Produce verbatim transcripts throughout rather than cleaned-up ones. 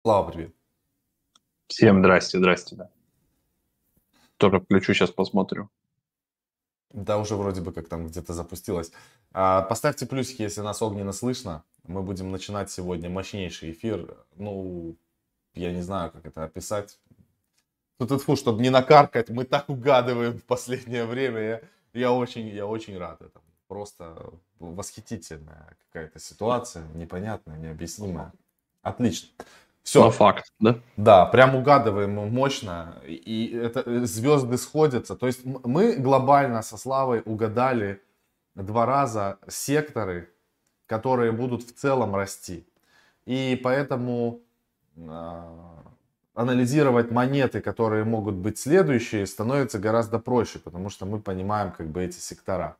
Слава, привет. Всем здрасте, здрасте, да. Тоже включу, сейчас посмотрю. Да, уже вроде бы как там где-то запустилось. А, поставьте плюсики, если нас огненно слышно. Мы будем начинать сегодня мощнейший эфир. Ну, я не знаю, как это описать. Тут фу, чтобы не накаркать, мы так угадываем в последнее время. Я, я очень, я очень рад этому. Просто восхитительная какая-то ситуация, непонятная, необъяснимая. Отлично. Но Все, факт, да? да, прям угадываем мощно, и это э, звезды сходятся. То есть м- мы глобально со Славой угадали два раза секторы, которые будут в целом расти. И поэтому а, анализировать монеты, которые могут быть следующие, становится гораздо проще, потому что мы понимаем как бы эти сектора.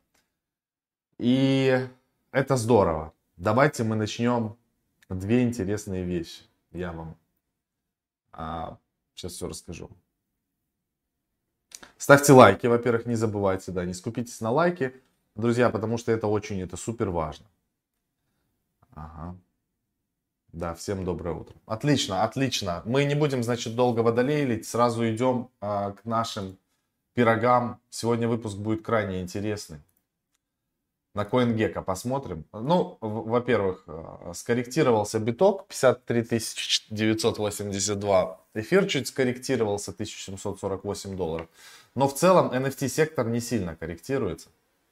И это здорово. Давайте мы начнем две интересные вещи. Я вам а, сейчас все расскажу. Ставьте лайки, во-первых, не забывайте, да, не скупитесь на лайки, друзья, потому что это очень, это супер важно. Ага. Да, всем доброе утро. Отлично, отлично. Мы не будем, значит, долго водолейлить, сразу идем а, к нашим пирогам. Сегодня выпуск будет крайне интересный. На CoinGecko посмотрим. Ну, в- во-первых, а, скорректировался биток пятьдесят три тысячи девятьсот восемьдесят два. Эфир чуть скорректировался тысяча семьсот сорок восемь долларов. Но в целом эн эф ти-сектор не сильно корректируется.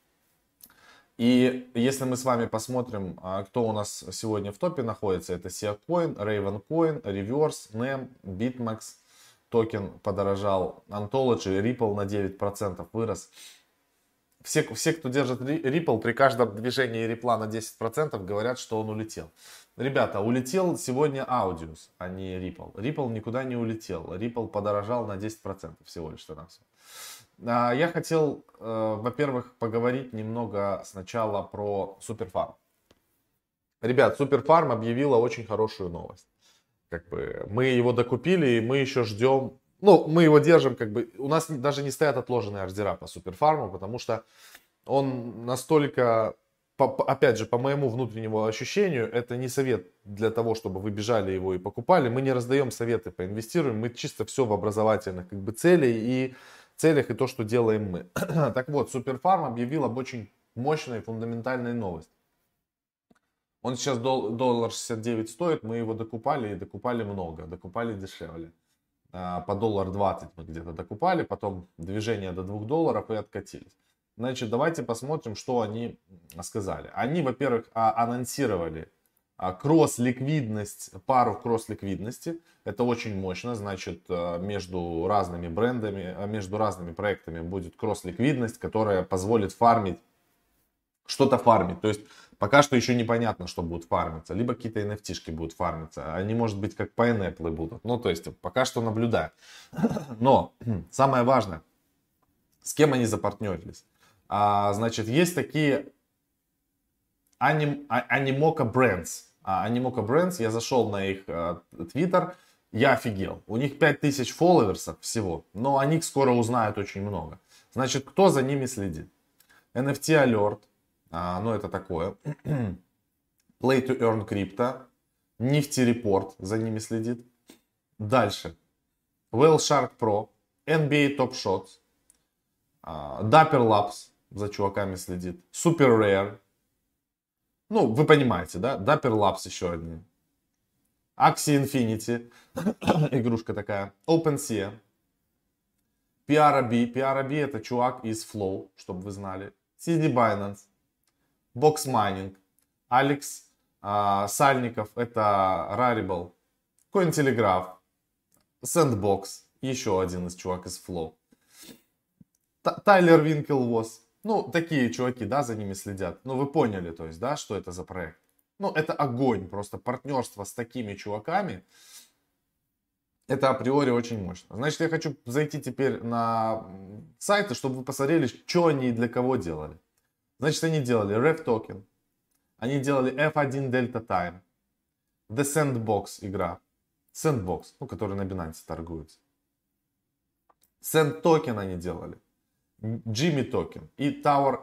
И если мы с вами посмотрим, а, кто у нас сегодня в топе находится, это Siacoin, Ravencoin, Reverse, нэм, BitMEX, токен подорожал, Ontology, Ripple на девять процентов вырос. Все, все, кто держит Ripple, при каждом движении Ripple на десять процентов говорят, что он улетел. Ребята, улетел сегодня Audius, а не Ripple. Ripple никуда не улетел. Ripple подорожал на десять процентов всего лишь на все. Я хотел, э, во-первых, поговорить немного сначала про Суперфарм. Ребят, Суперфарм объявила очень хорошую новость. Как бы мы его докупили, и мы еще ждем. Ну, мы его держим, как бы. У нас даже не стоят отложенные ордера по Суперфарму, потому что он настолько, по- по- опять же, по моему внутреннему ощущению, это не совет для того, чтобы вы бежали его и покупали. Мы не раздаем советы по инвестированию, мы чисто все в образовательных как бы целях и целях и то, что делаем мы. Так вот, Суперфарм объявил об очень мощной фундаментальной новости. Он сейчас дол- доллар шестьдесят девять стоит, мы его докупали и докупали много, докупали дешевле. А, По доллар двадцать мы где-то докупали, потом движение до двух долларов и откатились. Значит, давайте посмотрим, что они сказали. Они, во-первых, а, анонсировали а, кросс-ликвидность, пару кросс-ликвидности. Это очень мощно, значит, а, между разными брендами, а, между разными проектами будет кросс-ликвидность, которая позволит фармить, что-то фармить. То есть пока что еще непонятно, что будет фармиться. Либо какие-то эн эф ти-шки будут фармиться. Они, может быть, как Pineapple будут. Ну, то есть пока что наблюдаем. Но самое важное, с кем они запартнерились. А, значит, есть такие Anim, а- Animoca Brands. А, Animoca Brands, я зашел на их твиттер, я офигел. У них пять тысяч фолловерсов всего, но о них скоро узнают очень много. Значит, кто за ними следит? эн эф ти Alert, а, ну это такое. Play to Earn Crypto, Нефтерепорт за ними следит. Дальше. Whale Shark Pro, эн би эй Top Shots, а, Dapper Labs за чуваками следит, Super Rare. Ну, вы понимаете, да? Dapper Labs еще одни. Axie Infinity, игрушка такая. OpenSea, пи ар о би. пи ар о би это чувак из Flow, чтобы вы знали. си ди Binance, Box Mining, Алекс а, Сальников, это Rarible, Cointelegraph, Sandbox, еще один из чувак из Flow. Тайлер Винкелвос. Ну, такие чуваки, да, за ними следят. Ну, вы поняли, то есть, да, что это за проект. Ну, это огонь, просто партнерство с такими чуваками. Это априори очень мощно. Значит, я хочу зайти теперь на сайты, чтобы вы посмотрели, что они и для кого делали. Значит, они делали Rev Token, они делали эф один Delta Time, The Sandbox игра, Sandbox, ну, который на Binance торгуется. Sand Token они делали, Jimmy Token и Tower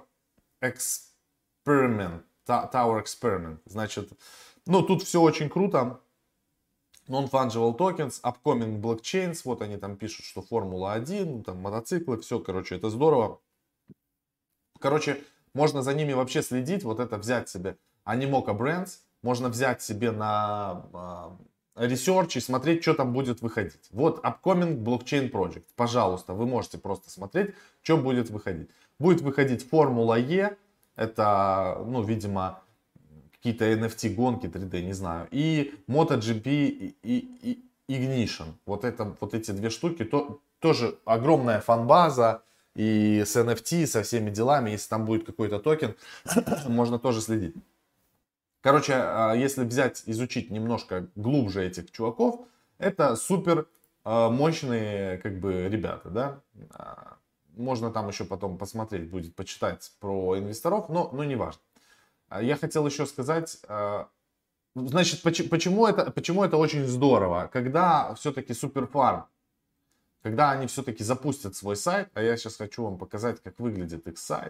Experiment. Tower Experiment. Значит, ну, тут все очень круто. Non-fungible tokens, upcoming blockchains, вот они там пишут, что Формула один, там мотоциклы, все, короче, это здорово. Короче, можно за ними вообще следить, вот это взять себе Animoca Brands, можно взять себе на э, research и смотреть, что там будет выходить. Вот upcoming blockchain project, пожалуйста, вы можете просто смотреть, что будет выходить. Будет выходить Формула E, это, ну, видимо, какие-то эн эф ти-гонки три дэ, не знаю. И MotoGP и, и, и Ignition. Вот, это, вот эти две штуки. То, тоже огромная фан-база. И с эн эф ти, со всеми делами. Если там будет какой-то токен, можно тоже следить. Короче, если взять, изучить немножко глубже этих чуваков, это супер мощные, как бы, ребята, да. Можно там еще потом посмотреть, будет почитать про инвесторов, но, но не важно. Я хотел еще сказать, значит, почему это, почему это очень здорово, когда все-таки Суперфарм, когда они все-таки запустят свой сайт, а я сейчас хочу вам показать, как выглядит их сайт.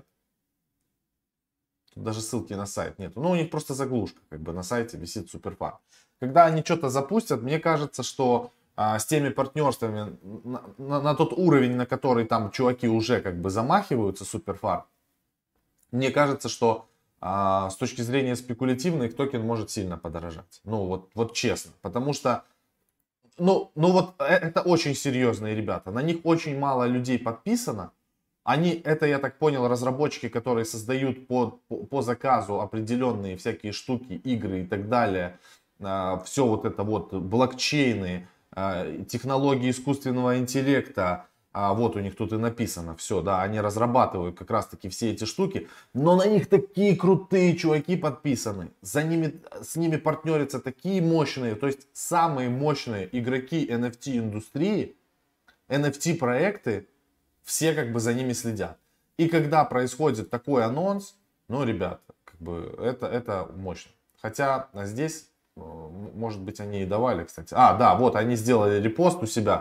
Тут даже ссылки на сайт нету, ну у них просто заглушка, как бы на сайте висит Суперфарм. Когда они что-то запустят, мне кажется, что а, с теми партнерствами на, на, на тот уровень, на который там чуваки уже как бы замахиваются, Суперфарм, мне кажется, что А, с точки зрения спекулятивной, их токен может сильно подорожать. Ну, вот, вот честно. Потому что, ну, ну вот это очень серьезные ребята. На них очень мало людей подписано. Они, это, я так понял, разработчики, которые создают по, по, по заказу определенные всякие штуки, игры и так далее. А, все вот это вот, блокчейны, а, технологии искусственного интеллекта. А вот у них тут и написано, все, да, они разрабатывают как раз таки все эти штуки, но на них такие крутые чуваки подписаны, за ними, с ними партнерятся такие мощные, то есть самые мощные игроки эн эф ти индустрии, эн эф ти проекты, все как бы за ними следят. И когда происходит такой анонс, ну, ребята, как бы это, это мощно. Хотя здесь, может быть, они и давали, кстати. А, да, вот они сделали репост у себя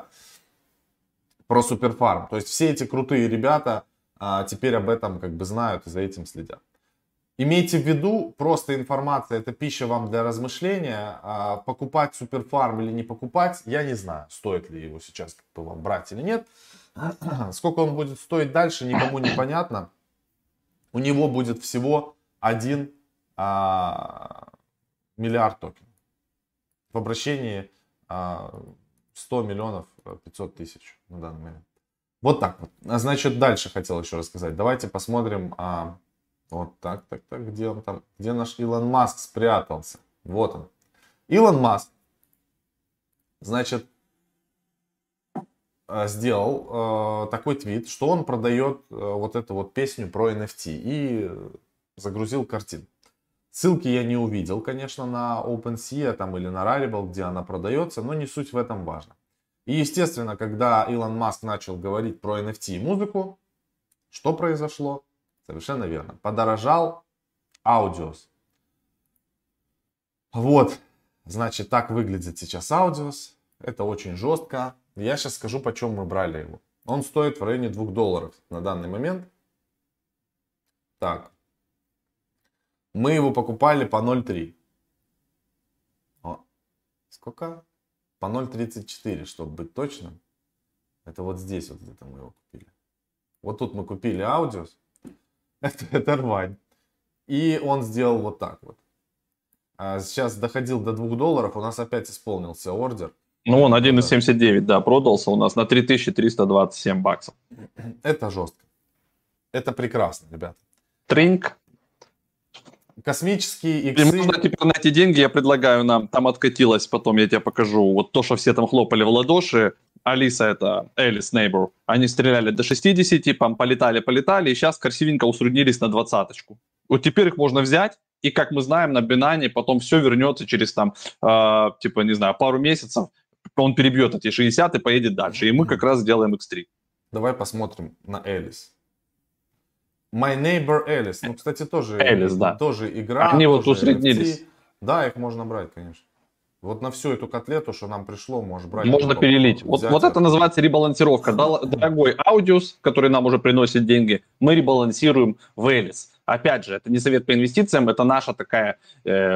про Суперфарм. То есть все эти крутые ребята а, теперь об этом как бы знают и за этим следят. Имейте в виду, просто информация, это пища вам для размышления. А, покупать Суперфарм или не покупать, я не знаю, стоит ли его сейчас как бы вам брать или нет. Сколько он будет стоить дальше, никому не понятно. У него будет всего один а, миллиард токенов. В обращении а, сто миллионов пятьсот тысяч на данный момент. Вот так вот. Значит, дальше хотел еще рассказать. Давайте посмотрим. А, вот так, так, так. Где он там? Где наш Илон Маск спрятался? Вот он. Илон Маск, значит, сделал э, такой твит, что он продает э, вот эту вот песню про эн эф ти и загрузил картинку. Ссылки я не увидел, конечно, на OpenSea там, или на Rarible, где она продается, но не суть в этом важно. И, естественно, когда Илон Маск начал говорить про эн эф ти и музыку, что произошло? Совершенно верно. Подорожал Audio's. Вот, значит, так выглядит сейчас Audio's. Это очень жестко. Я сейчас скажу, почем мы брали его. Он стоит в районе двух долларов на данный момент. Так. Мы его покупали по ноль целых три. О, сколько? По ноль целых тридцать четыре, чтобы быть точным. Это вот здесь вот где-то мы его купили. Вот тут мы купили Audio's. Это, это рвань. И он сделал вот так вот. А сейчас доходил до двух долларов. У нас опять исполнился ордер. Ну, он один целых семьдесят девять, да, продался у нас на три тысячи триста двадцать семь баксов. Это жестко. Это прекрасно, ребята. Тринк. Космические иксы. И можно теперь на эти деньги, я предлагаю нам, там откатилось, потом я тебе покажу, вот то, что все там хлопали в ладоши, Алиса, это Alice Neighbor, они стреляли до шестидесяти, там полетали, полетали, и сейчас красивенько усреднились на двадцаточку. Вот теперь их можно взять, и как мы знаем, на Binance потом все вернется через там, э, типа, не знаю, пару месяцев, он перебьет эти шестьдесят и поедет дальше, и мы как раз сделаем икс три. Давай посмотрим на Alice. My Neighbor Alice. Ну, кстати, тоже, Alice, да. тоже игра. Они тоже вот усреднились. эн эф ти. Да, их можно брать, конечно. Вот на всю эту котлету, что нам пришло, можешь брать. Можно перелить. Вот, вот это называется ребалансировка. Дорогой Audio's, который нам уже приносит деньги, мы ребалансируем в Alice. Опять же, это не совет по инвестициям, это наша такая э,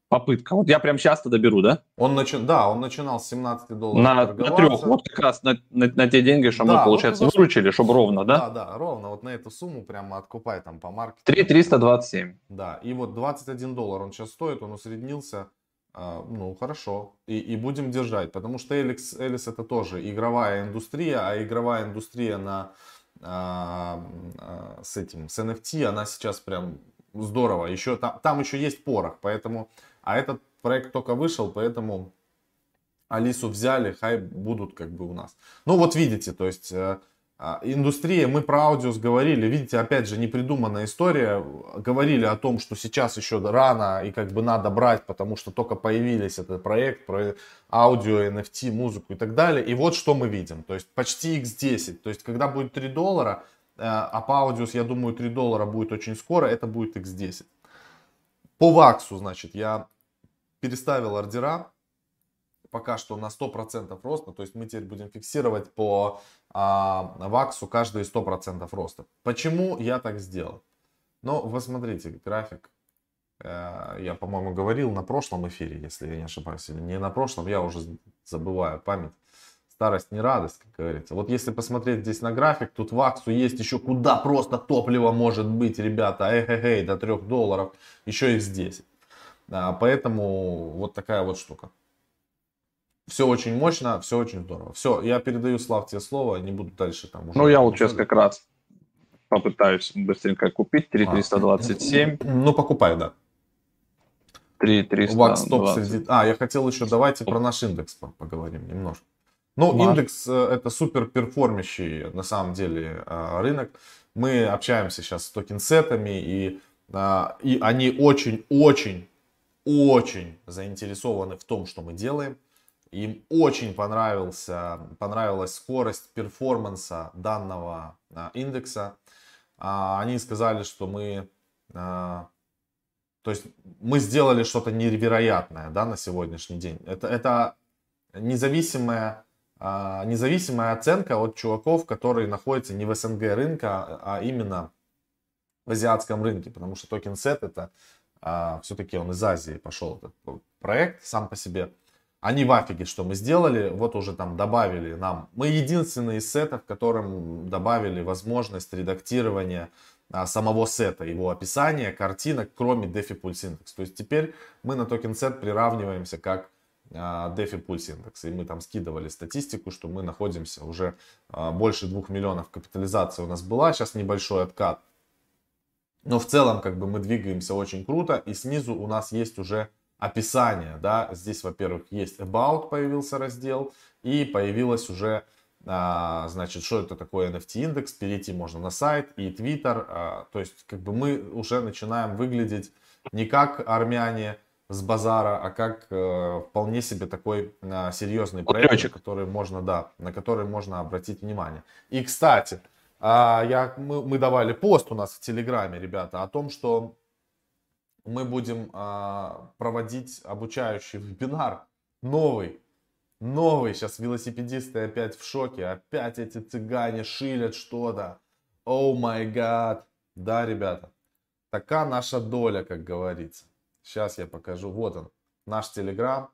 попытка. Вот я прям сейчас тогда беру, да? Он начи... Да, он начинал с семнадцати долларов На, на торговаться. трех, вот как раз на, на, на те деньги, что да, мы, получается, вот выручили, чтобы ровно, да? Да, да, ровно вот на эту сумму прямо откупай там по маркетингу. три триста двадцать семь. Да, и вот двадцать один доллар он сейчас стоит, он усреднился, а, ну хорошо, и, и будем держать, потому что Элис, Элис это тоже игровая индустрия, а игровая индустрия на, а, а, с этим, с эн эф ти, она сейчас прям здорово, еще, там, там еще есть порох, поэтому, а этот проект только вышел, поэтому Алису взяли, хай будут как бы у нас. Ну вот видите, то есть э, э, индустрия, мы про Аудиус говорили, видите, опять же непридуманная история, говорили о том, что сейчас еще рано и как бы надо брать, потому что только появились этот проект про аудио, эн эф ти, музыку и так далее. И вот что мы видим, то есть почти икс десять, то есть когда будет три доллара, э, а по Аудиус, я думаю, три доллара будет очень скоро, это будет икс десять. По Ваксу, значит, я переставил ордера. Пока что на сто процентов роста, то есть мы теперь будем фиксировать по а, Ваксу каждые сто процентов роста. Почему я так сделал? Ну, вы смотрите, график, э, я, по-моему, говорил на прошлом эфире, если я не ошибаюсь, или не на прошлом, я уже забываю память. Старость не радость, как говорится. Вот если посмотреть здесь на график, тут Ваксу есть еще куда просто топливо может быть, ребята, эй-эй-эй, до трех долларов, еще икс десять. А, поэтому вот такая вот штука. Все очень мощно, все очень здорово. Все, я передаю, Слав, тебе слово, не буду дальше там уже. Ну, я вот сейчас как раз попытаюсь быстренько купить. три А. триста двадцать семь. Ну, покупай, да. три триста двадцать. Вакс топ среди... А, я хотел еще, давайте про наш индекс поговорим немножко. Ну, Маш. индекс это супер перформящий на самом деле рынок. Мы общаемся сейчас с токенсетами, и, и они очень-очень-очень заинтересованы в том, что мы делаем. Им очень понравился, понравилась скорость перформанса данного а, индекса. А, они сказали, что мы, а, то есть мы сделали что-то невероятное, да, на сегодняшний день. Это, это независимая, а, независимая оценка от чуваков, которые находятся не в эс эн гэ рынка, а именно в азиатском рынке. Потому что TokenSet это а, все-таки он из Азии пошел этот проект сам по себе. Они в афиге, что мы сделали, вот уже там добавили нам, мы единственные из сетов, которым добавили возможность редактирования а, самого сета, его описания, картинок, кроме DeFi Pulse Index. То есть теперь мы на TokenSet приравниваемся как а, DeFi Pulse Index. И мы там скидывали статистику, что мы находимся уже а, больше двух миллионов капитализации у нас была, сейчас небольшой откат. Но в целом как бы мы двигаемся очень круто, и снизу у нас есть уже описание, да, здесь, во-первых, есть About, появился раздел, и появилось уже, а, значит, что это такое эн эф ти индекс, перейти можно на сайт и Twitter, а, то есть, как бы мы уже начинаем выглядеть не как армяне с базара, а как а, вполне себе такой а, серьезный проект, на который можно, да, на который можно обратить внимание. И, кстати, а, я, мы, мы давали пост у нас в Телеграме, ребята, о том, что мы будем а, проводить обучающий вебинар. Новый. Новый. Сейчас велосипедисты опять в шоке. Опять эти цыгане шилят что-то. О май гад. Да, ребята. Такая наша доля, как говорится. Сейчас я покажу. Вот он. Наш телеграм.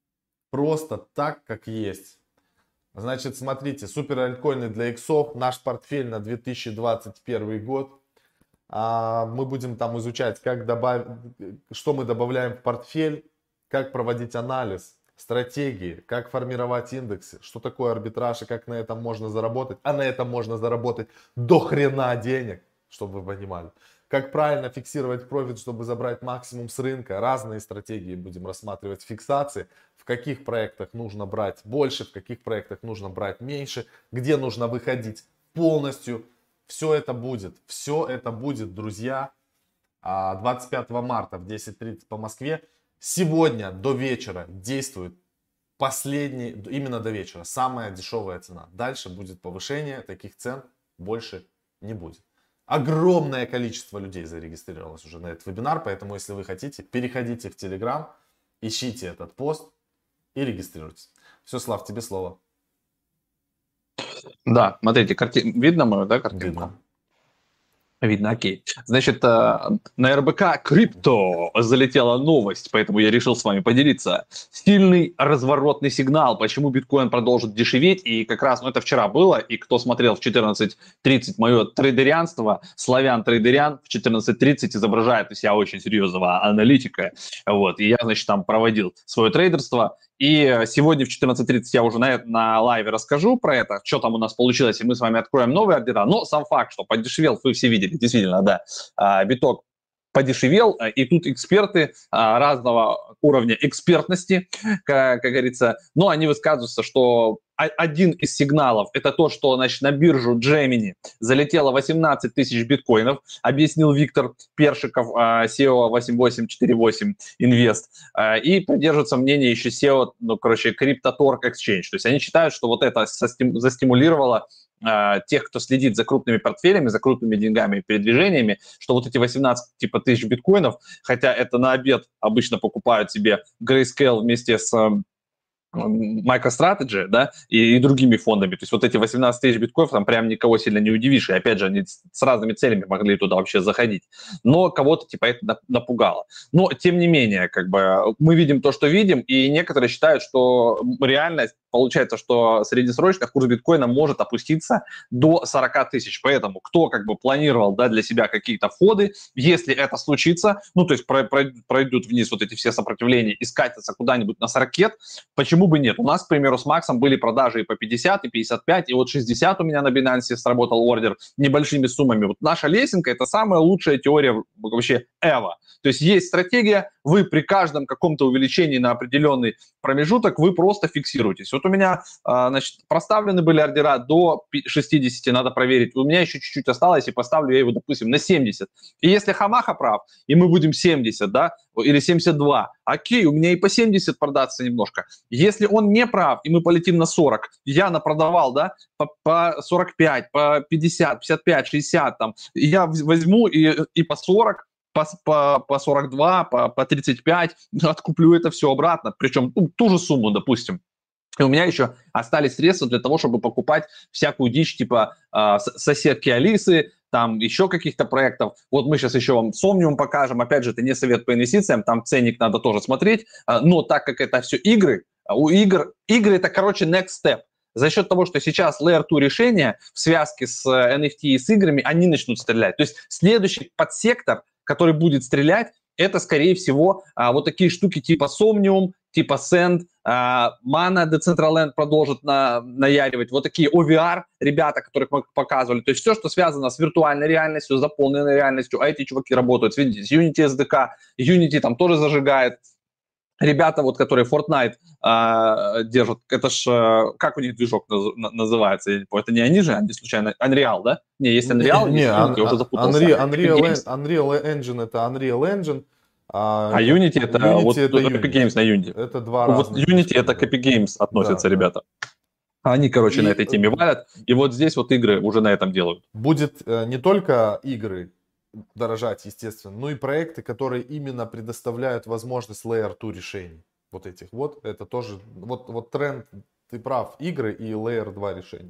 Просто так, как есть. Значит, смотрите. Супер альткоины для иксов. Наш портфель на две тысячи двадцать первый год. Мы будем там изучать, как добавить, что мы добавляем в портфель, как проводить анализ, стратегии, как формировать индексы, что такое арбитраж и как на этом можно заработать. А на этом можно заработать до хрена денег, чтобы вы понимали. Как правильно фиксировать профит, чтобы забрать максимум с рынка. Разные стратегии будем рассматривать фиксации. В каких проектах нужно брать больше, в каких проектах нужно брать меньше, где нужно выходить полностью. Все это будет, все это будет, друзья, двадцать пятого марта в десять тридцать по Москве. Сегодня до вечера действует последний, именно до вечера, самая дешевая цена. Дальше будет повышение, таких цен больше не будет. Огромное количество людей зарегистрировалось уже на этот вебинар, поэтому если вы хотите, переходите в Telegram, ищите этот пост и регистрируйтесь. Все, Слав, тебе слово. Да, смотрите, карти... видно мою, да, картинку? Видно. Видно, окей. Значит, э, на эр бэ ка Крипто залетела новость, поэтому я решил с вами поделиться. Сильный разворотный сигнал, почему биткоин продолжит дешеветь. И как раз, ну это вчера было, и кто смотрел в четырнадцать тридцать мое трейдерианство, славян трейдериан в четырнадцать тридцать изображает из себя очень серьезного аналитика. Вот, и я, значит, там проводил свое трейдерство. И сегодня в четырнадцать тридцать я уже на, на лайве расскажу про это, что там у нас получилось, и мы с вами откроем новые ордера. Но сам факт, что подешевел, вы все видели, действительно, да, а, биток подешевел, и тут эксперты а, разного уровня экспертности, как, как говорится, но они высказываются, что один из сигналов – это то, что, значит, на биржу Gemini залетело восемнадцать тысяч биткоинов, объяснил Виктор Першиков, си и о восемь восемь четыре восемь Invest, и придерживается мнение еще си и о, ну, короче, CryptoTorque Exchange. То есть они считают, что вот это застимулировало тех, кто следит за крупными портфелями, за крупными деньгами и передвижениями, что вот эти восемнадцать типа тысяч биткоинов, хотя это на обед обычно покупают себе Grayscale вместе с MicroStrategy, да, и, и другими фондами. То есть вот эти восемнадцать тысяч биткоинов там прям никого сильно не удивишь. И опять же, они с разными целями могли туда вообще заходить. Но кого-то типа это напугало. Но тем не менее, как бы мы видим то, что видим, и некоторые считают, что реальность получается, что среднесрочно курс биткоина может опуститься до сорок тысяч. Поэтому кто как бы планировал, да, для себя какие-то входы, если это случится, ну то есть пройдут вниз вот эти все сопротивления и скатятся куда-нибудь на сорок, почему бы нет? У нас, к примеру, с Максом были продажи и по пятьдесят, и пятьдесят пять, и вот шестьдесят у меня на Binance сработал ордер небольшими суммами. Вот наша лесенка – это самая лучшая теория вообще ever. То есть есть стратегия, вы при каждом каком-то увеличении на определенный промежуток, вы просто фиксируетесь. Вот у меня, значит, проставлены были ордера до шестидесяти, надо проверить. У меня еще чуть-чуть осталось, и поставлю я его, допустим, на семьдесят. И если Хамаха прав, и мы будем семьдесят, да, или семьдесят два, окей, у меня и по семьдесят продаться немножко. Если он не прав, и мы полетим на сорок, я напродавал, да, по, по сорок пять, по пятьдесят, пятьдесят пять, шестьдесят, там, я возьму и, и по сорок, по, по, по сорок два, по, по тридцать пять, откуплю это все обратно, причем ну, ту же сумму, допустим. И у меня еще остались средства для того, чтобы покупать всякую дичь, типа э, соседки Алисы, там еще каких-то проектов. Вот мы сейчас еще вам Somnium покажем. Опять же, это не совет по инвестициям, там ценник надо тоже смотреть. Но так как это все игры, у игр, игры это, короче, next step. За счет того, что сейчас Layer два решения в связке с эн эф ти и с играми, они начнут стрелять. То есть следующий подсектор, который будет стрелять, это, скорее всего, вот такие штуки типа Somnium, типа Send, Mana Decentraland продолжит на, наяривать. Вот такие о ви ар ребята, которых мы показывали. То есть все, что связано с виртуальной реальностью, с заполненной реальностью. А эти чуваки работают, видите, с Unity эс ди кей. Unity там тоже зажигает. Ребята, вот, которые Fortnite э, держат, это ж, э, как у них движок наз, называется? Я не помню, это не они же, они случайно, Unreal, да? Не, есть Unreal, не, есть Unity, я уже запутался. Unreal, Unreal, Unreal Engine это Unreal Engine, а, а Unity это, Unity вот, это Epic Unity. Games на Unity. Это два вот разных. Unity это к Epic Games относятся, да, ребята. Да. Они, короче, и, на этой теме валят, и вот здесь вот игры уже на этом делают. Будет э, не только игры дорожать, естественно, но и проекты, которые именно предоставляют возможность Layer два решений. Вот этих вот, это тоже, вот, вот тренд, ты прав, игры и Layer два решения.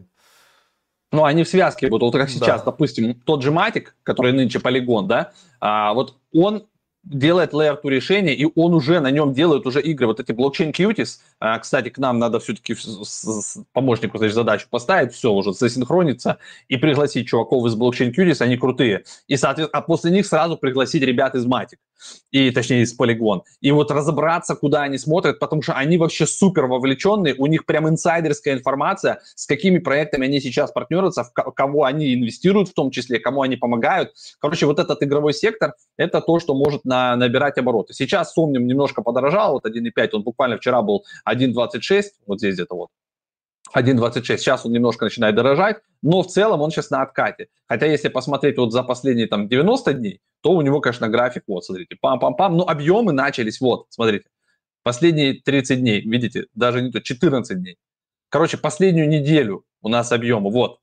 Ну, они в связке будут, вот как сейчас, да. Допустим, тот же Matic, который нынче Polygon, да, а, вот он делает Layer два решение, и он уже на нем делает уже игры. Вот эти блокчейн Cuties, а, кстати, к нам надо все-таки помощнику, значит, задачу поставить, все уже засинхрониться и пригласить чуваков из блокчейн Cuties, они крутые. И, соответственно, а после них сразу пригласить ребят из Matic, и, точнее, из Polygon. И вот разобраться, куда они смотрят, потому что они вообще супер вовлеченные, у них прям инсайдерская информация, с какими проектами они сейчас партнерятся, в кого они инвестируют в том числе, кому они помогают. Короче, вот этот игровой сектор, это то, что может на, набирать обороты. Сейчас Somnium немножко подорожал, вот один и пять, он буквально вчера был один двадцать шесть, вот здесь где-то вот, один двадцать шесть, сейчас он немножко начинает дорожать, но в целом он сейчас на откате. Хотя если посмотреть вот за последние там девяносто дней, то у него, конечно, график, вот, смотрите, пам-пам-пам, но объемы начались, вот, смотрите, последние тридцать дней, видите, даже не то, четырнадцать дней. Короче, последнюю неделю у нас объемы, вот,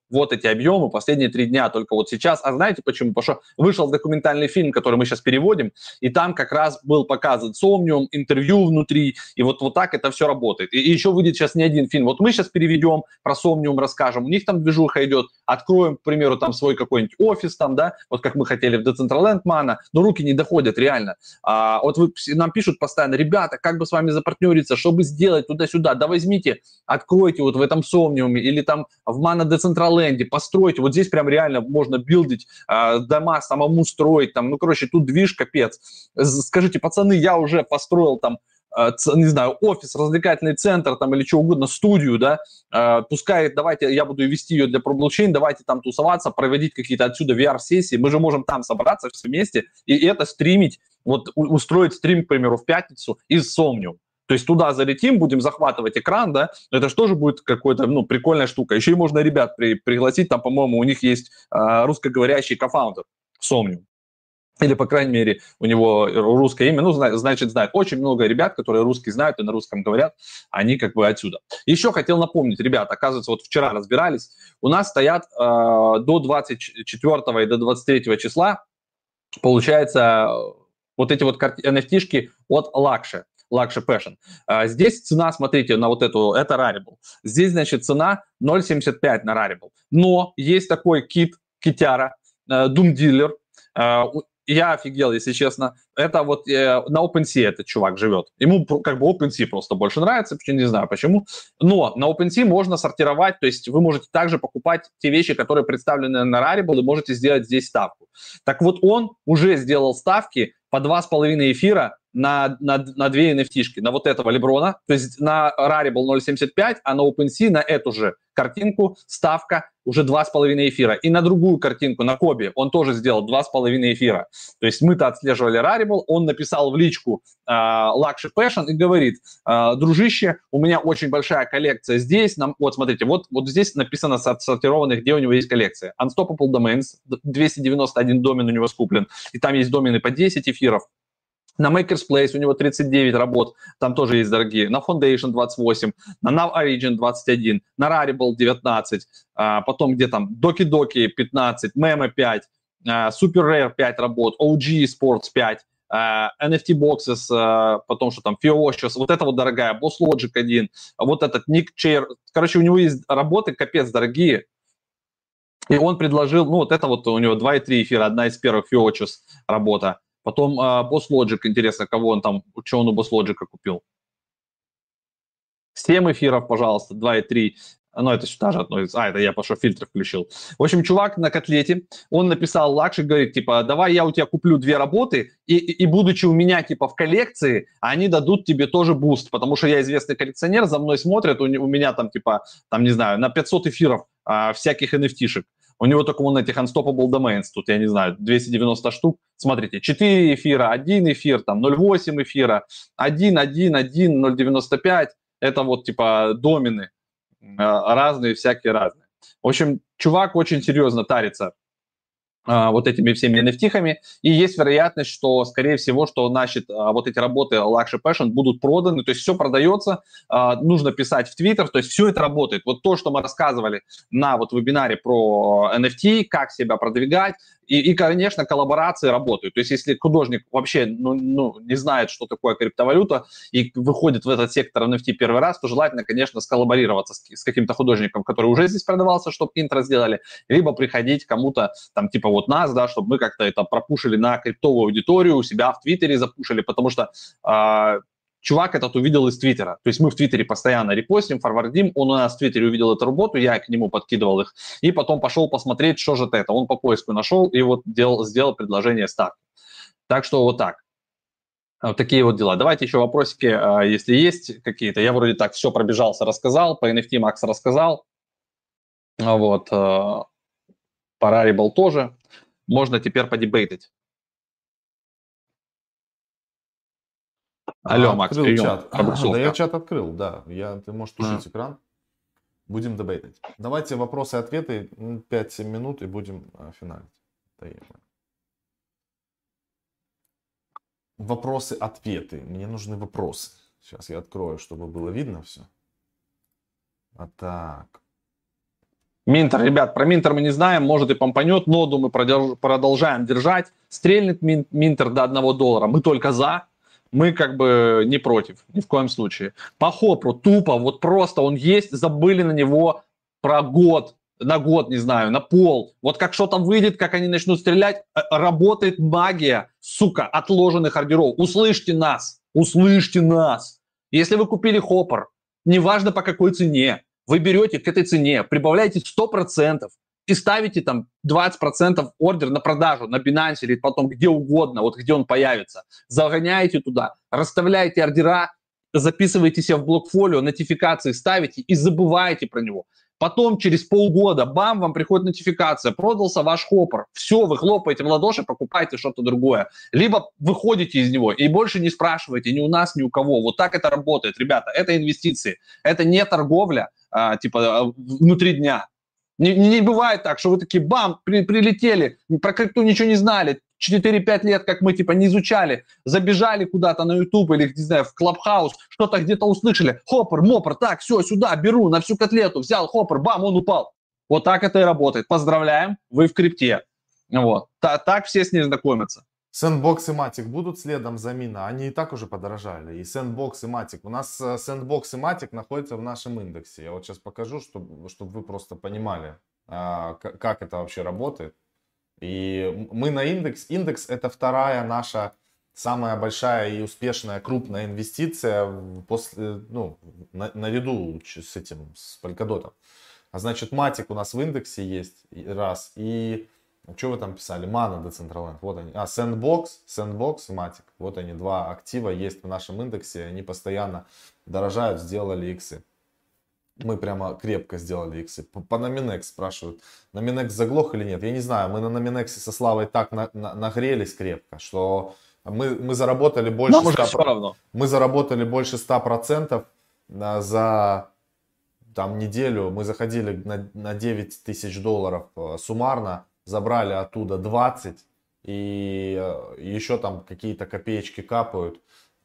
вот эти объемы последние три дня, только вот сейчас. А знаете почему? Потому что вышел документальный фильм, который мы сейчас переводим, и там как раз был показан Somnium, интервью внутри, и вот, вот так это все работает. И, и еще выйдет сейчас не один фильм. Вот мы сейчас переведем, про Somnium расскажем, у них там движуха идет, откроем, к примеру, там свой какой-нибудь офис, там, да, вот как мы хотели в Decentraland Mana, но руки не доходят реально. А, вот вы, нам пишут постоянно, ребята, как бы с вами запартнериться, чтобы сделать туда-сюда, да возьмите, откройте вот в этом Somnium или там в Mana Decentraland, постройте, вот здесь прям реально можно билдить э, дома, самому строить, там, ну, короче, тут движ капец. Скажите, пацаны, я уже построил там, э, ц, не знаю, офис, развлекательный центр там или что угодно, студию, да, э, пускай, давайте, я буду вести ее для ProBlockchain, давайте там тусоваться, проводить какие-то отсюда ви ар-сессии, мы же можем там собраться все вместе и это стримить, вот устроить стрим, к примеру, в пятницу из Somnium. То есть туда залетим, будем захватывать экран, да, это же тоже будет какой-то, ну, прикольная штука. Еще и можно ребят при, пригласить, там, по-моему, у них есть э, русскоговорящий кофаундер Somnium. Или, по крайней мере, у него русское имя, ну, значит, знает. Очень много ребят, которые русский знают и на русском говорят, они как бы отсюда. Еще хотел напомнить, ребят, оказывается, вот вчера разбирались, у нас стоят э, до двадцать четвёртого и до двадцать третьего числа, получается, вот эти вот эн эф ти-шки от Lakshya. Lakshya Passion. А, здесь цена, смотрите, на вот эту, это Rarible. Здесь, значит, цена ноль семьдесят пять на Rarible. Но есть такой кит, китяра, э, Doom Dealer. Э, я офигел, если честно. Это вот э, на OpenSea этот чувак живет. Ему как бы OpenSea просто больше нравится, почему не знаю почему. Но на OpenSea можно сортировать, то есть вы можете также покупать те вещи, которые представлены на Rarible, и можете сделать здесь ставку. Так вот, он уже сделал ставки по два с половиной эфира на, на, на две эн эф ти-шки, на вот этого Леброна, то есть на Rarible ноль семьдесят пять, а на OpenSea на эту же картинку ставка уже два с половиной эфира. И на другую картинку, на Коби, он тоже сделал два с половиной эфира. То есть мы-то отслеживали Rarible, он написал в личку э, Lakshya Passion и говорит, э, дружище, у меня очень большая коллекция здесь, нам, вот смотрите, вот, вот здесь написано сортированных, где у него есть коллекция. Unstoppable Domains, двести девяносто один домен у него скуплен, и там есть домены по десять эфиров. На Maker's Place у него тридцать девять работ, там тоже есть дорогие. На Foundation двадцать восемь, на Nav Origin двадцать один, на Rarible девятнадцать, а, потом где там Doki Doki пятнадцать, Meme пять, а, Super Rare пять работ, о джи Sports пять, а, эн эф ти Boxes, а, потом что там, Fioshos, вот это вот дорогая, Boss Logic один, вот этот Nick Chair. Короче, у него есть работы капец дорогие. И он предложил, ну вот это вот у него два и три эфира, одна из первых Fioshos работа. Потом uh, Boss Logic, интересно, кого он там, что он у Boss Logic купил. семь эфиров, пожалуйста, два и три. Ну, это сюда же относится. А, это я пошел фильтр включил. В общем, чувак на котлете, он написал Lakshya, говорит, типа, давай я у тебя куплю две работы, и, и, и будучи у меня, типа, в коллекции, они дадут тебе тоже буст, потому что я известный коллекционер, за мной смотрят, у, у меня там, типа, там, не знаю, на пятьсот эфиров а, всяких эн эф ти-шек. У него только вон этих Unstoppable Domains, тут, я не знаю, двести девяносто штук. Смотрите, четыре эфира, один эфир, там, ноль целых восемь эфира, один, один, один, ноль целых девяносто пять. Это вот, типа, домены разные, всякие разные. В общем, чувак очень серьезно тарится вот этими всеми эн эф ти-хами, и есть вероятность, что, скорее всего, что, значит, вот эти работы Lakshya Passion будут проданы, то есть все продается, нужно писать в Twitter, то есть все это работает. Вот то, что мы рассказывали на вот вебинаре про эн эф ти, как себя продвигать, и, и конечно, коллаборации работают. То есть если художник вообще ну, ну, не знает, что такое криптовалюта, и выходит в этот сектор эн эф ти первый раз, то желательно, конечно, сколлаборироваться с, с каким-то художником, который уже здесь продавался, чтобы интро сделали, либо приходить кому-то, там, типа вот нас, да, чтобы мы как-то это пропушили на криптовую аудиторию, у себя в Твиттере запушили, потому что э, чувак этот увидел из Твиттера. То есть мы в Твиттере постоянно репостим, форвардим, он у нас в Твиттере увидел эту работу, я к нему подкидывал их, и потом пошел посмотреть, что же это. Он по поиску нашел и вот делал, сделал предложение ставки. Так что вот так. Вот такие вот дела. Давайте еще вопросики, если есть какие-то. Я вроде так все пробежался, рассказал, по эн эф ти Макс рассказал. Вот. По Rarible тоже. Можно теперь подебейтить. Алло, а, Макс, открыл прием. чат. Да, я чат открыл, да. Я, ты можешь тушить а. экран. Будем дебейтить. Давайте вопросы-ответы пять-семь минут и будем а, финалить. Вопросы-ответы. Мне нужны вопросы. Сейчас я открою, чтобы было видно все. А так. Минтер, ребят, про Минтер мы не знаем, может и помпанет, ноду мы продолжаем держать. Стрельнет Минтер до одного доллара, мы только за, мы как бы не против, ни в коем случае. По Хопру тупо, вот просто он есть, забыли на него про год, на год, не знаю, на пол. Вот как что там выйдет, как они начнут стрелять, работает магия, сука, отложенных ордеров. Услышьте нас, услышьте нас. Если вы купили Хопр, неважно по какой цене, вы берете к этой цене, прибавляете сто процентов и ставите там двадцать процентов ордер на продажу на Binance или потом где угодно, вот где он появится. Загоняете туда, расставляете ордера, записываете себе в блокфолио, нотификации ставите и забываете про него. Потом через полгода, бам, вам приходит нотификация, продался ваш Хопр. Все, вы хлопаете в ладоши, покупаете что-то другое. Либо выходите из него и больше не спрашиваете ни у нас, ни у кого. Вот так это работает, ребята. Это инвестиции. Это не торговля, а, типа, внутри дня. Не, не бывает так, что вы такие, бам, при, прилетели, про крипту ничего не знали, четыре-пять лет, как мы, типа, не изучали, забежали куда-то на YouTube или, не знаю, в Clubhouse, что-то где-то услышали, хоппер, моппер, так, все, сюда, беру на всю котлету, взял хоппер, бам, он упал. Вот так это и работает. Поздравляем, вы в крипте. Вот. Так все с ней знакомятся. Сэндбокс и Матик будут следом за Мина? Они и так уже подорожали. И Сэндбокс и Матик. У нас Сэндбокс и Матик находятся в нашем индексе. Я вот сейчас покажу, чтобы, чтобы вы просто понимали, как это вообще работает. И мы на индекс. Индекс это вторая наша самая большая и успешная крупная инвестиция после, ну, на, наряду с этим, с Polkadot. А значит, Матик у нас в индексе есть, раз. И что вы там писали? Mana Decentraland. Вот они. А, Sandbox, Sandbox и Matic. Вот они, два актива есть в нашем индексе. Они постоянно дорожают, сделали иксы. Мы прямо крепко сделали иксы. По, по Nominex спрашивают. Nominex заглох или нет? Я не знаю. Мы на Nominex со Славой так на, на, нагрелись крепко, что мы, мы заработали больше ста процентов. Мы заработали больше ста процентов за там, неделю. Мы заходили на, на девять тысяч долларов суммарно. Забрали оттуда двадцать, и еще там какие-то копеечки капают,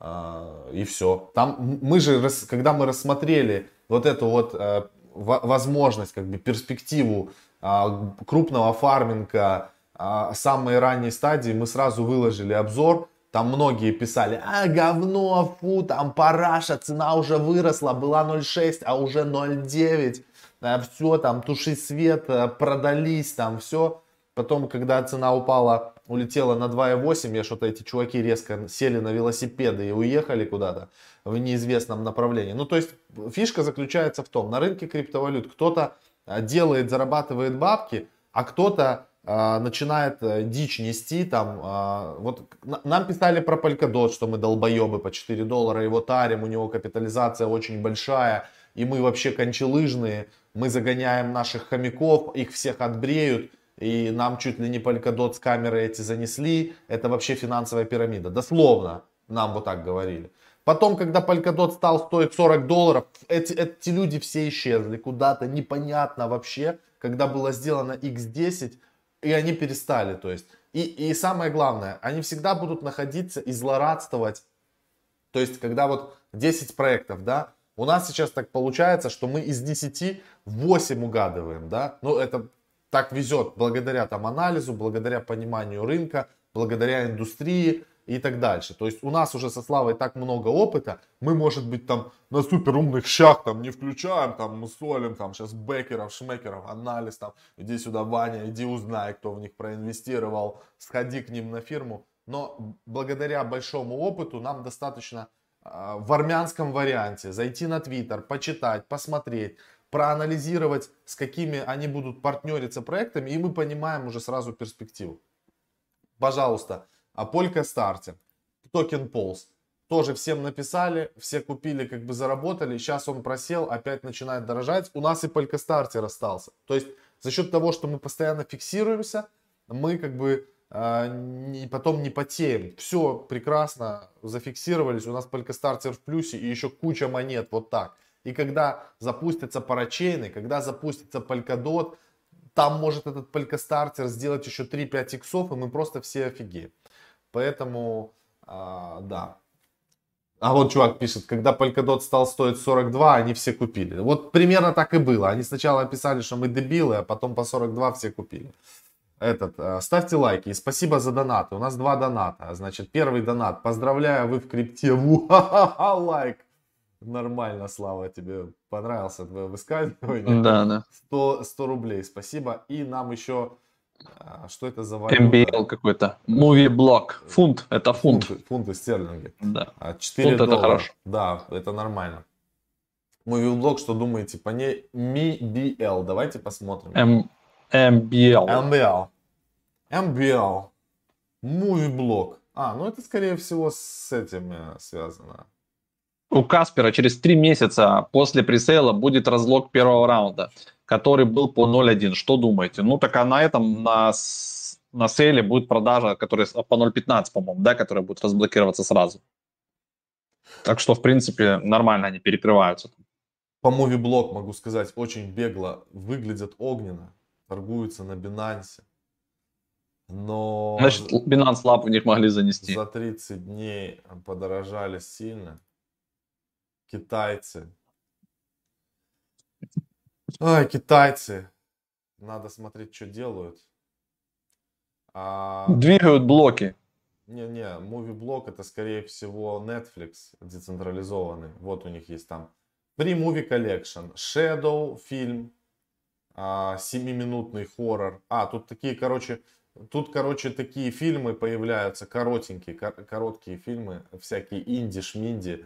и все. Там мы же, когда мы рассмотрели вот эту вот возможность, как бы перспективу крупного фарминга, самые ранние стадии, мы сразу выложили обзор. Там многие писали, а говно, фу, там параша, цена уже выросла, была ноль шесть, а уже ноль девять. Все, там туши свет, продались, там все. Потом, когда цена упала, улетела на два и восемь, я что-то, эти чуваки резко сели на велосипеды и уехали куда-то в неизвестном направлении. Ну, то есть, фишка заключается в том, на рынке криптовалют кто-то делает, зарабатывает бабки, а кто-то э, начинает э, дичь нести. Там, э, вот, нам писали про Polkadot, что мы долбоебы по четыре доллара его тарим, у него капитализация очень большая, и мы вообще кончелыжные, мы загоняем наших хомяков, их всех отбреют. И нам чуть ли не Polkadot с камеры эти занесли. Это вообще финансовая пирамида. Дословно нам вот так говорили. Потом, когда Polkadot стал стоить сорок долларов, эти, эти люди все исчезли куда-то. Непонятно вообще. Когда было сделано икс десять, и они перестали. То есть. И, и самое главное, они всегда будут находиться и злорадствовать. То есть, когда вот десять проектов, да, у нас сейчас так получается, что мы из десяти восемь угадываем, да. Ну, это... Так везет благодаря там анализу, благодаря пониманию рынка, благодаря индустрии и так дальше. То есть у нас уже со Славой так много опыта, мы, может быть, там на супер умных щах там не включаем, там мы солим, там сейчас бекеров, шмекеров, анализ, там иди сюда, Ваня, иди узнай, кто в них проинвестировал, сходи к ним на фирму. Но благодаря большому опыту нам достаточно э, в армянском варианте зайти на Твиттер, почитать, посмотреть, проанализировать, с какими они будут партнериться проектами, и мы понимаем уже сразу перспективу. Пожалуйста, о Polkastarter, токен Pulse. Тоже всем написали, все купили, как бы заработали. Сейчас он просел, опять начинает дорожать. У нас и Polkastarter остался. То есть за счет того, что мы постоянно фиксируемся, мы как бы э, не, потом не потеем. Все прекрасно, зафиксировались. У нас Polkastarter в плюсе и еще куча монет вот так. И когда запустятся парачейны, когда запустится Polkadot, там может этот Polkastarter сделать еще три-пять иксов, и мы просто все офигеем. Поэтому, э, да. А вот чувак пишет, когда Polkadot стал стоить сорок два, они все купили. Вот примерно так и было. Они сначала писали, что мы дебилы, а потом по сорок два все купили. Этот, э, ставьте лайки и спасибо за донаты. У нас два доната. Значит, первый донат. Поздравляю, вы в крипте. Ха-ха-ха, лайк. Нормально, Слава, тебе понравился твое высказывание. Да, да. сто, сто рублей, спасибо. И нам еще, а, что это за валюта? эм би эл какой-то. Movie Block. Фунт. Это фунт. Фунты, фунты стерлинги. Да. четыре Фунт это доллара. хорошо. Да, это нормально. Movie Blog, что думаете по ней? эм би эл. Давайте посмотрим. М- эм би эл. эм би эл. эм би эл. Movie Blog. А, ну это скорее всего с этим э, связано. У Каспера через три месяца после пресейла будет разлог первого раунда, который был по ноль один. Что думаете? Ну, так а на этом, на, с- на сейле будет продажа, которая с- по ноль пятнадцать, по-моему, да, которая будет разблокироваться сразу. Так что, в принципе, нормально они перекрываются. По Movie Blog могу сказать, очень бегло выглядят огненно. Торгуются на Binance. Но Значит, Binance Lab в них могли занести. за тридцать дней подорожали сильно. Китайцы. Ай, китайцы. Надо смотреть, что делают. А... Двигают блоки. Не-не, Movie Blog это скорее всего Netflix децентрализованный. Вот у них есть там Free Movie Collection, Shadow фильм, а, семиминутный хоррор. А, тут такие, короче, тут, короче, такие фильмы появляются, коротенькие, кор- короткие фильмы, всякие инди-шминди.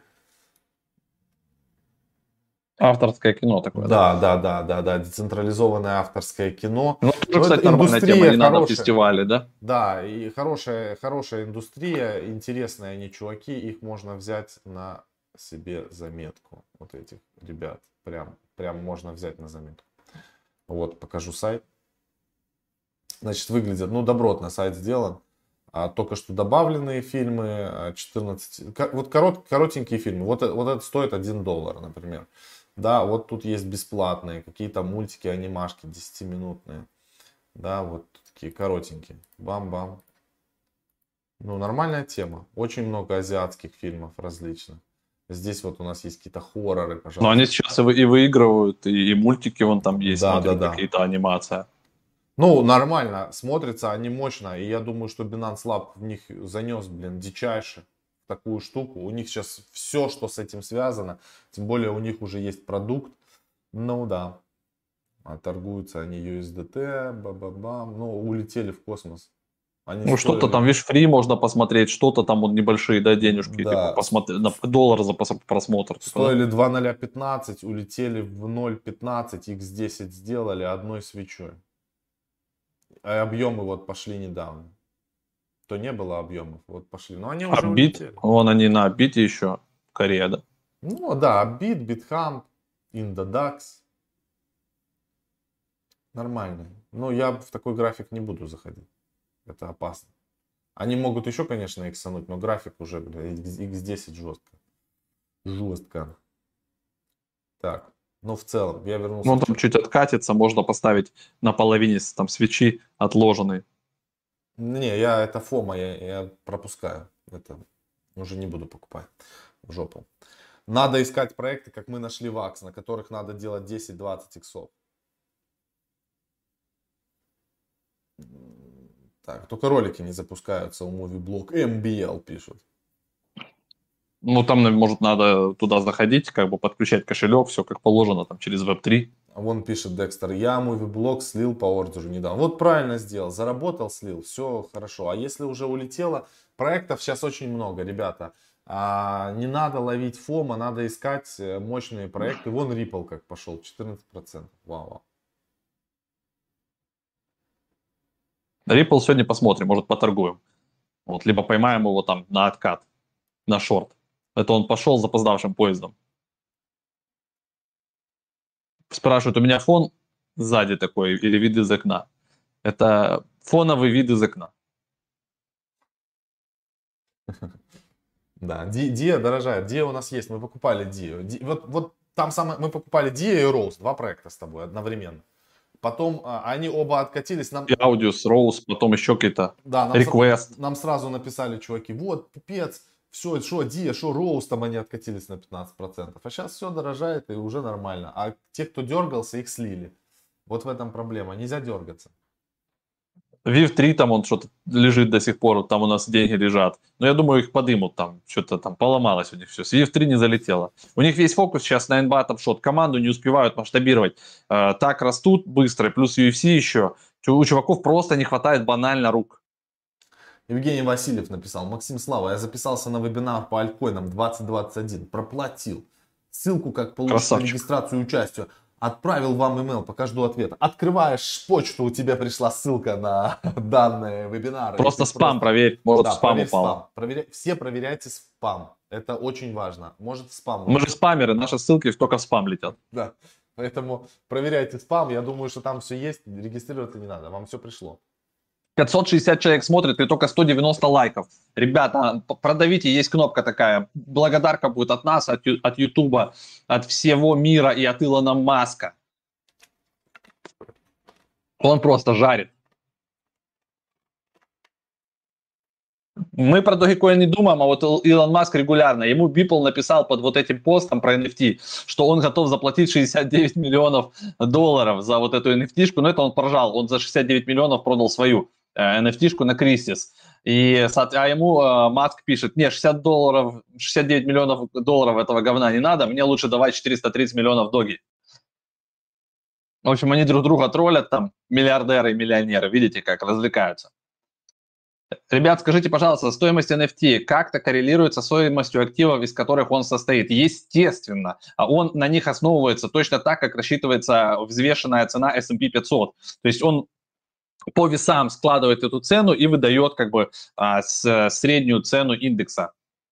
Авторское кино такое, да? Да, да, да, да, да, децентрализованное авторское кино. Ну, тоже, Ну, кстати, это нормальная тема, индустрия не надо хорошая. фестивали, да? Да, и хорошая, хорошая индустрия, интересные они чуваки, их можно взять на себе заметку. Вот этих ребят, прям, прям можно взять на заметку. Вот, покажу сайт. Значит, выглядят, ну, добротно сайт сделан. А, только что добавленные фильмы, а, четырнадцать, ко- вот корот, коротенькие фильмы. Вот, э- вот это стоит один доллар, например. Да, вот тут есть бесплатные, какие-то мультики, анимашки десятиминутные. Да, вот такие коротенькие. Бам-бам. Ну, нормальная тема. Очень много азиатских фильмов различных. Здесь вот у нас есть какие-то хорроры, пожалуйста. Но они сейчас и, вы- и выигрывают, и, и мультики вон там есть, Да, смотрю, да, да. какие-то анимация. Ну, нормально смотрится, они мощно. И я думаю, что Binance Lab в них занес, блин, дичайше такую штуку. У них сейчас все, что с этим связано. Тем более у них уже есть продукт. Ну да. А торгуются они ю эс ди ти, ба-ба-бам. Ну, улетели в космос. Они Ну, что-то стоили- там, видишь, фри можно посмотреть, что-то там вот небольшие, да, денежки, Да. типа, посмотри, на доллар за пос- просмотр. типа, да. Стоили два ноль пятнадцать, улетели в ноль пятнадцать, икс десять сделали одной свечой. А объемы вот пошли недавно. То не было объемов, вот пошли. Но они уже А бит, улетели. вон они на бите еще, Корея, да. Ну да, бит, битхамп, индодакс. Нормально. Но я в такой график не буду заходить. Это опасно. Они могут еще, конечно, иксануть, но график уже, бля, икс десять жестко. Жестко. Так, ну в целом, я вернулся. Ну, он к там чё- чуть откатится, можно поставить на половине с- там свечи отложенные. Не, я это фома, я, я пропускаю. Это уже не буду покупать в жопу. Надо искать проекты, как мы нашли вакс, на которых надо делать десять-двадцать иксов. Так, только ролики не запускаются у Movie Blog. эм би эл пишут. Ну, там, наверно, может, надо туда заходить, как бы подключать кошелек, все как положено, там, через веб три. А вон пишет Декстер, я Movie Blog слил по ордеру недавно. Вот правильно сделал, заработал, слил, все хорошо. А если уже улетело, проектов сейчас очень много, ребята. А, не надо ловить фома, надо искать э, мощные проекты. Вон Ripple как пошел, четырнадцать процентов. Вау. Ripple сегодня посмотрим, может, поторгуем. Вот, либо поймаем его там на откат, на шорт. Это он пошел запоздавшим поездом. Спрашивают, у меня фон сзади такой или вид из окна? Это фоновый вид из окна. Да, Ди- Диа дорожает. Диа у нас есть, мы покупали Диа. Ди- Вот, вот там самое, мы покупали Диа и Rose, два проекта с тобой одновременно. Потом а, они оба откатились. Нам, И Audius, Rose, потом еще какие-то да, нам, сра- Request. нам сразу написали чуваки, вот, пипец, все, что Диа, что Роуз, там они откатились на пятнадцать процентов. А сейчас все дорожает и уже нормально. А те, кто дергался, их слили. Вот в этом проблема. Нельзя дергаться. Вив три там он что-то лежит до сих пор, там у нас деньги лежат. Но я думаю, их подымут там, что-то там поломалось у них все. С Вив три не залетело. У них весь фокус сейчас на эн би эй Top Shot. Команду не успевают масштабировать. Э, так растут быстро, плюс ю эф си еще. У чуваков просто не хватает банально рук. Евгений Васильев написал: Максим Слава, я записался на вебинар по альткоинам двадцать двадцать один, проплатил. Ссылку, как получить Красавчик. регистрацию и участие. Отправил вам имейл, пока жду ответа. Открываешь почту, у тебя пришла ссылка на данные вебинары. Просто спам просто... проверь, может, да, в спам упал. Спам. Проверя... Все проверяйте спам. Это очень важно. Может, спам. Мы же спамеры, наши ссылки только в спам летят. Да, поэтому проверяйте спам. Я думаю, что там все есть. Регистрироваться не надо, вам все пришло. пятьсот шестьдесят человек смотрит и только сто девяносто лайков. Ребята, продавите, есть кнопка такая. Благодарка будет от нас, от, от Ютуба, от всего мира и от Илона Маска. Он просто жарит. Мы про Dogecoin не думаем, а вот Илон Маск регулярно. Ему Beeple написал под вот этим постом про эн эф ти, что он готов заплатить шестьдесят девять миллионов долларов за вот эту эн эф ти-шку. Но это он поржал. Он за шестьдесят девять миллионов продал свою эн эф ти-шку на Крисис. И, а ему э, Маск пишет: не, шестьдесят долларов, шестьдесят девять миллионов долларов этого говна не надо, мне лучше давать четыреста тридцать миллионов доги. В общем, они друг друга троллят, там, миллиардеры и миллионеры. Видите, как развлекаются. Ребят, скажите, пожалуйста, стоимость эн эф ти как-то коррелирует со стоимостью активов, из которых он состоит? Естественно. Он на них основывается точно так, как рассчитывается взвешенная цена эс энд пи пятьсот. То есть он по весам складывает эту цену и выдает как бы а, с, среднюю цену индекса.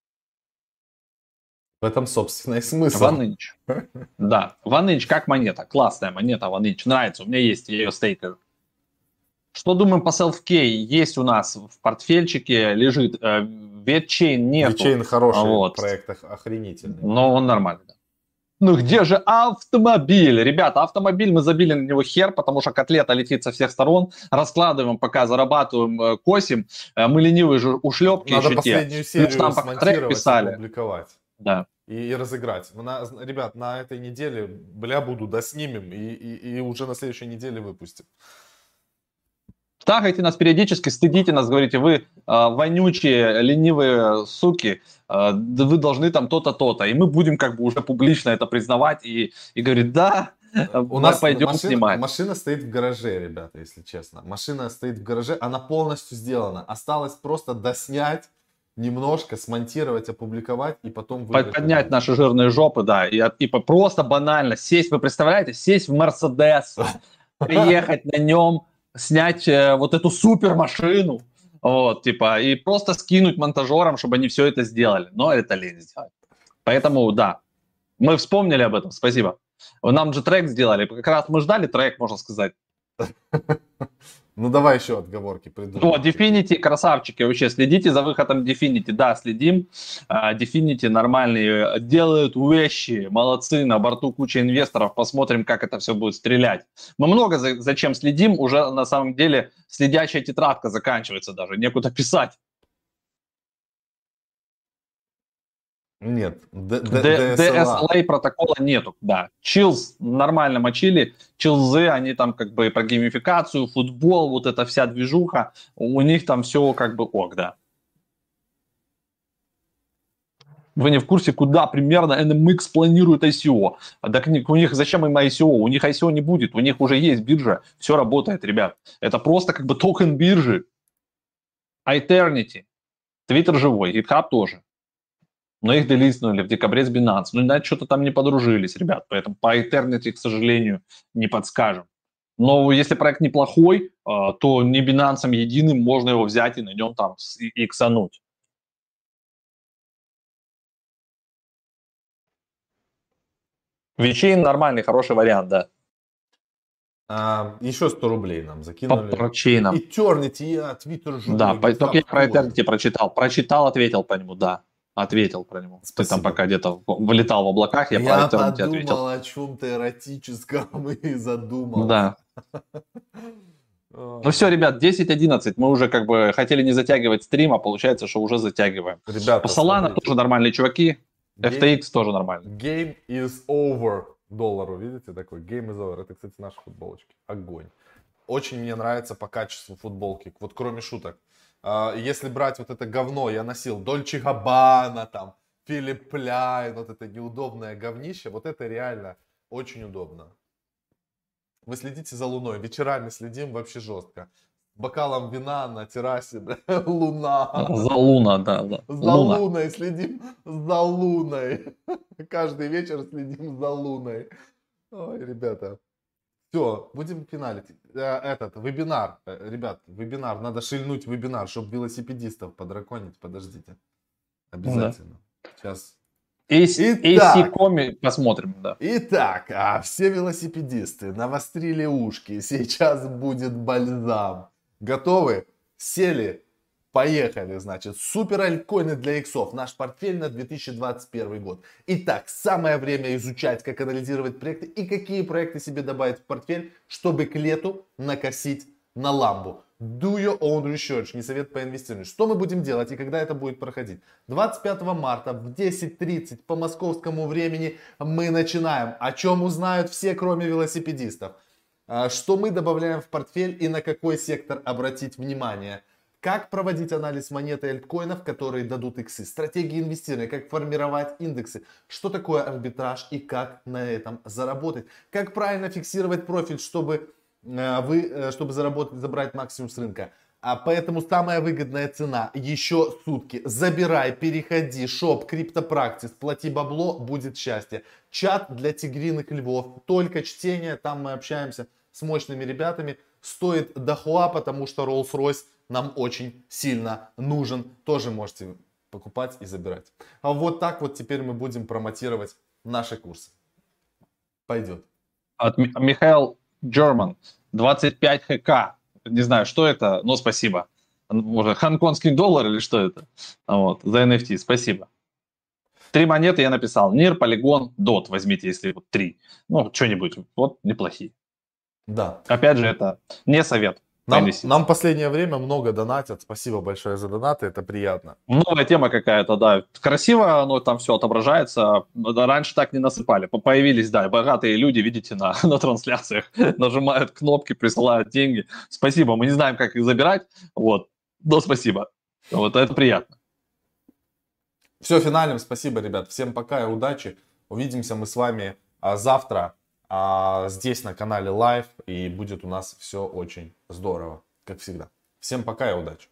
В этом, собственно, и смысл. Ванынч. Да, Ванынч как монета. Классная монета Ванынч. Нравится, у меня есть, я ее стейкаю. Что думаем по Self-K? Есть у нас в портфельчике, лежит. Ветчейн нету. Ветчейн хороший, вот. Проект охренительный. Но он нормальный. Ну где же автомобиль? Ребята, автомобиль, мы забили на него хер, потому что котлета летит со всех сторон. Раскладываем, пока зарабатываем, косим. Мы ленивые же ушлепки. Надо последнюю серию там смонтировать, писали. Опубликовать. Да. И, и разыграть. На, ребят, на этой неделе, бля, буду доснимем и, и, и уже на следующей неделе выпустим. Тагайте нас периодически, стыдите нас, говорите: вы э, вонючие, ленивые суки, э, вы должны там то-то, то-то. И мы будем как бы уже публично это признавать и, и говорить: да, у мы нас пойдем машина, снимать. Машина стоит в гараже, ребята, если честно. Машина стоит в гараже, она полностью сделана. Осталось просто доснять немножко, смонтировать, опубликовать и потом... Поднять наши жирные жопы, да, и, и просто банально сесть, вы представляете, сесть в Мерседес, приехать на нем, снять э, вот эту супер машину, вот, типа, и просто скинуть монтажерам, чтобы они все это сделали. Но это лень сделать. Поэтому, да, мы вспомнили об этом, спасибо. Нам же трек сделали, как раз мы ждали трек, можно сказать. Ну, давай еще отговорки придумай. О, Definity, красавчики, вообще, следите за выходом Definity. Да, следим. Definity нормальные, делают вещи, молодцы, на борту куча инвесторов. Посмотрим, как это все будет стрелять. Мы много за, за чем следим, уже на самом деле следящая тетрадка заканчивается даже, некуда писать. Нет, ди эс эл эй протокола нету, да. Chills нормально мочили, чилзы, они там как бы про геймификацию, футбол, вот эта вся движуха, у них там все как бы ок, да. Вы не в курсе, куда примерно эн эм икс планирует ай си о? Так у них зачем им ай си о? У них ай си о не будет, у них уже есть биржа, все работает, ребят. Это просто как бы токен биржи. Eternity, Twitter живой, GitHub тоже. Но их делистнули в декабре с Binance. Ну, иначе что-то там не подружились, ребят. Поэтому по Eternity, к сожалению, не подскажем. Но если проект неплохой, то не Binance единым можно его взять и на нем там иксануть. Ветчейн нормальный, хороший вариант, да. А, еще сто рублей нам закинули. По чейнам. Eternity, я Twitter живой. Да, только я про Eternity прочитал. Прочитал, ответил по нему, да. Ответил про него. Спасибо. Ты там пока где-то вылетал в облаках, я, я про Eternity ответил. Я подумал о чем-то эротическом и задумался. Да. Ну все, ребят, десять одиннадцать. Мы уже как бы хотели не затягивать стрим, а получается, что уже затягиваем. Ребята, По Solana смотрите. тоже нормальные чуваки. эф ти экс тоже нормально. Game is over доллару, видите, такой? Game is over. Это, кстати, наши футболочки. Огонь. Очень мне нравится по качеству футболки. Вот кроме шуток. Если брать вот это говно, я носил Дольче Габбана, там, Филипп Пляйн, вот это неудобное говнище. Вот это реально очень удобно. Вы следите за луной. Вечерами следим вообще жестко. Бокалом вина на террасе, да? Луна. За луна, да, да. За Луна. луной следим, за луной. Каждый вечер следим за луной. Ой, ребята. Все, будем финалить. Этот, вебинар. Ребят, вебинар. Надо шильнуть вебинар, чтобы велосипедистов подраконить. Подождите. Обязательно. Да. Сейчас. эй си Коми посмотрим, да. Итак, а все велосипедисты навострили ушки. Сейчас будет бальзам. Готовы? Сели? Поехали, значит. Супер альткоины для иксов. Наш портфель на две тысячи двадцать первый год. Итак, самое время изучать, как анализировать проекты и какие проекты себе добавить в портфель, чтобы к лету накосить на ламбу. Do your own research, не совет по инвестированию. Что мы будем делать и когда это будет проходить? двадцать пятого марта в десять тридцать по московскому времени мы начинаем. О чем узнают все, кроме велосипедистов. Что мы добавляем в портфель и на какой сектор обратить внимание. Как проводить анализ монет и альткоинов, которые дадут иксы. Стратегии инвестирования, как формировать индексы. Что такое арбитраж и как на этом заработать. Как правильно фиксировать профиль, чтобы, вы, чтобы заработать, забрать максимум с рынка. А поэтому самая выгодная цена еще сутки. Забирай, переходи, шоп, криптопрактис, плати бабло, будет счастье. Чат для тигриных львов. Только чтение, там мы общаемся с мощными ребятами. Стоит дохуа, потому что Rolls-Royce нам очень сильно нужен. Тоже можете покупать и забирать. А вот так вот теперь мы будем промотировать наши курсы. Пойдет. От Михаил Джерман. двадцать пять хэка. Не знаю, что это, но спасибо. Может, хонконгский доллар или что это? Вот, за эн эф ти, спасибо. Три монеты я написал. нир, Polygon, дот возьмите, если вот три. Ну, что-нибудь, вот, неплохие. Да. Опять же, это не совет. Нам, нам в последнее время много донатят. Спасибо большое за донаты, это приятно. Новая тема какая-то, да. Красиво оно там все отображается. Раньше так не насыпали. Появились, да, богатые люди, видите, на, на трансляциях. Нажимают кнопки, присылают деньги. Спасибо, мы не знаем, как их забирать. Вот, но спасибо. Вот, это приятно. Все, финалем. Спасибо, ребят. Всем пока и удачи. Увидимся мы с вами а, завтра. А здесь на канале Live, и будет у нас все очень здорово, как всегда. Всем пока и удачи!